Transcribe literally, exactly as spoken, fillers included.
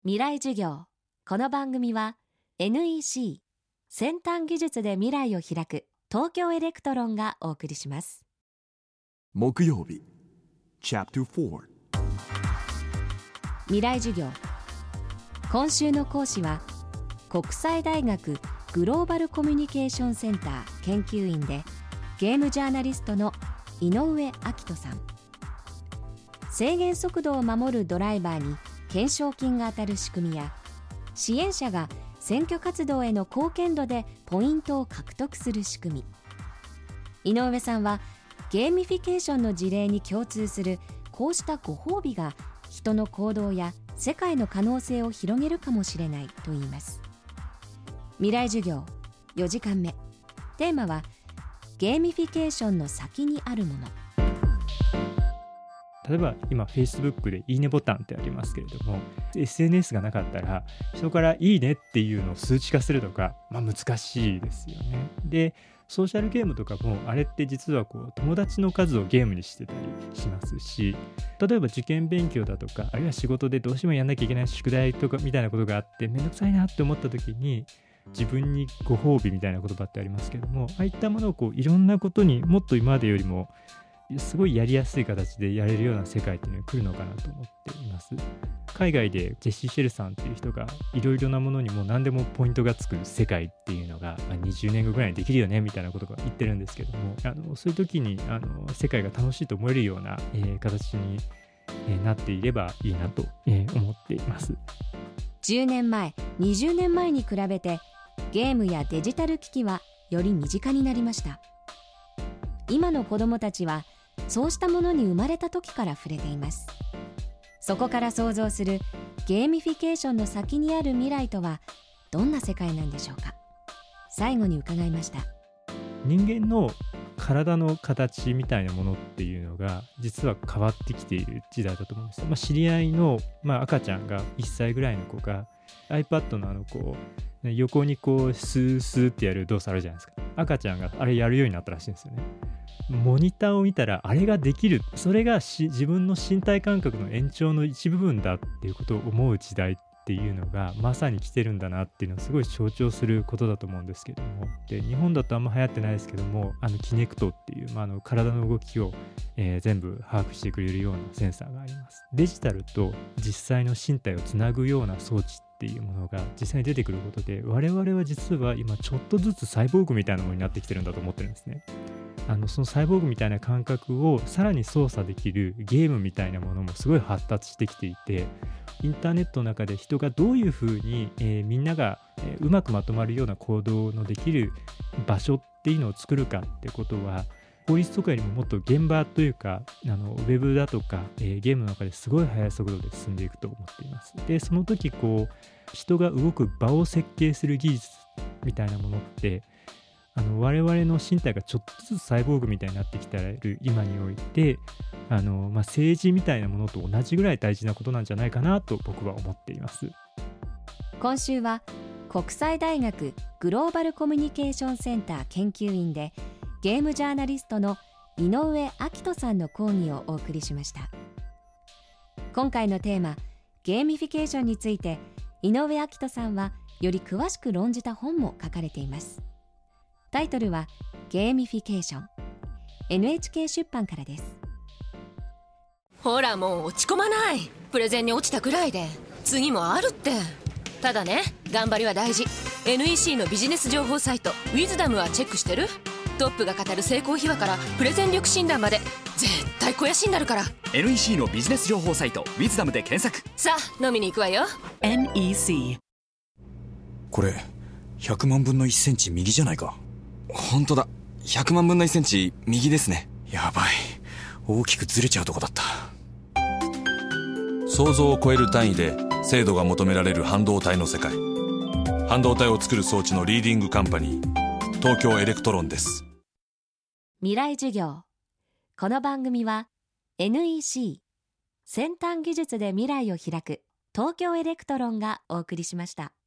未来授業。この番組は エヌイーシー 先端技術で未来を開く東京エレクトロンがお送りします。 木曜日チャプターよん、 未来授業。今週の講師は国際大学グローバルコミュニケーションセンター研究員でゲームジャーナリストの井上明人さん。制限速度を守るドライバーに懸賞金が当たる仕組みや、支援者が選挙活動への貢献度でポイントを獲得する仕組み。井上さんはゲーミフィケーションの事例に共通するこうしたご褒美が人の行動や世界の可能性を広げるかもしれないと言います。未来授業よじかんめ、テーマはゲーミフィケーションの先にあるもの。 例えば今 Facebook でいいねボタンってありますけれども、 エスエヌエス がなかったら人からいいねっていうのを数値化するとか、まあ、難しいですよね。でソーシャルゲームとかもあれって実はこう友達の数をゲームにしてたりしますし、例えば受験勉強だとか、あるいは仕事でどうしてもやんなきゃいけない宿題とかみたいなことがあってめんどくさいなって思った時に、自分にご褒美みたいな言葉ってありますけども、ああいったものをこういろんなことにもっと今までよりもすごいやりやすい形でやれるような世界っていうのが来るのかなと思っています。海外でジェシー・シェルさんっていう人がいろいろなものにも何でもポイントがつく世界っていうのがにじゅうねんごぐらいにできるよねみたいなことが言ってるんですけども、あのそういう時にあの世界が楽しいと思えるような、えー、形に、えー、なっていればいいなと、えー、思っています。 じゅうねんまえ、にじゅうねんまえに比べてゲームやデジタル機器はより身近になりました。今の子どもたちはそうしたものに生まれた時から触れています。そこから想像するゲーミフィケーションの先にある未来とはどんな世界なんでしょうか。最後に伺いました。 人間の体の形みたいなものっていうのが実は変わってきている時代だと思うんです。まあ、知り合いの、まあ、赤ちゃんがいっさいぐらいの子が iPad のあのこう横にこうスースーってやる動作あるじゃないですか。赤ちゃんがあれやるようになったらしいんですよね。モニターを見たらあれができる、それがし自分の身体感覚の延長の一部分だっていうことを思う時代っていうのがまさに来てるんだなっていうのをすごい象徴することだと思うんですけども、で日本だとあんま流行ってないですけども、あのキネクトっていう、まあ、あの体の動きを、えー、全部把握してくれるようなセンサーがあります。デジタルと実際の身体をつなぐような装置っていうものが実際に出てくることで、我々は実は今ちょっとずつサイボーグみたいなものになってきてるんだと思ってるんですね。あのそのサイボーグみたいな感覚をさらに操作できるゲームみたいなものもすごい発達してきていて、インターネットの中で人がどういうふうに、えー、みんなが、えー、うまくまとまるような行動のできる場所っていうのを作るかってことは、法律とかよりももっと現場というか、あのウェブだとか、えー、ゲームの中ですごい速い速度で進んでいくと思っています。でその時こう人が動く場を設計する技術みたいなものってあの我々の身体がちょっとずつサイボーグみたいになってきている今において、あの、まあ、政治みたいなものと同じぐらい大事なことなんじゃないかなと僕は思っています。 今週は国際大学グローバルコミュニケーションセンター研究員でゲームジャーナリストの井上明人さんの講義をお送りしました。今回のテーマゲーミフィケーションについて井上明人さんはより詳しく論じた本も書かれています。タイトルはゲーミフィケーション。 エヌエイチケー 出版からです。 ほらもう落ち込まない。プレゼンに落ちたくらいで次もあるって。ただね、頑張りは大事。 エヌイーシー のビジネス情報サイトウィズダムはチェックしてる？トップが語る成功秘話からプレゼン力診断まで絶対肥やしになるから。 エヌイーシー のビジネス情報サイトウィズダムで検索。 さあ飲みに行くわよ。 エヌイーシー。 これひゃくまんぶんのいっセンチ右じゃないか。 本当だ、ひゃくまんぶんのいっセンチ右ですね。 やばい、大きくずれちゃうとこだった。 想像を超える単位で精度が求められる半導体の世界。半導体を作る装置のリーディングカンパニー、東京エレクトロンです。 未来授業。この番組は エヌイーシー 先端技術で未来を開く東京エレクトロンがお送りしました。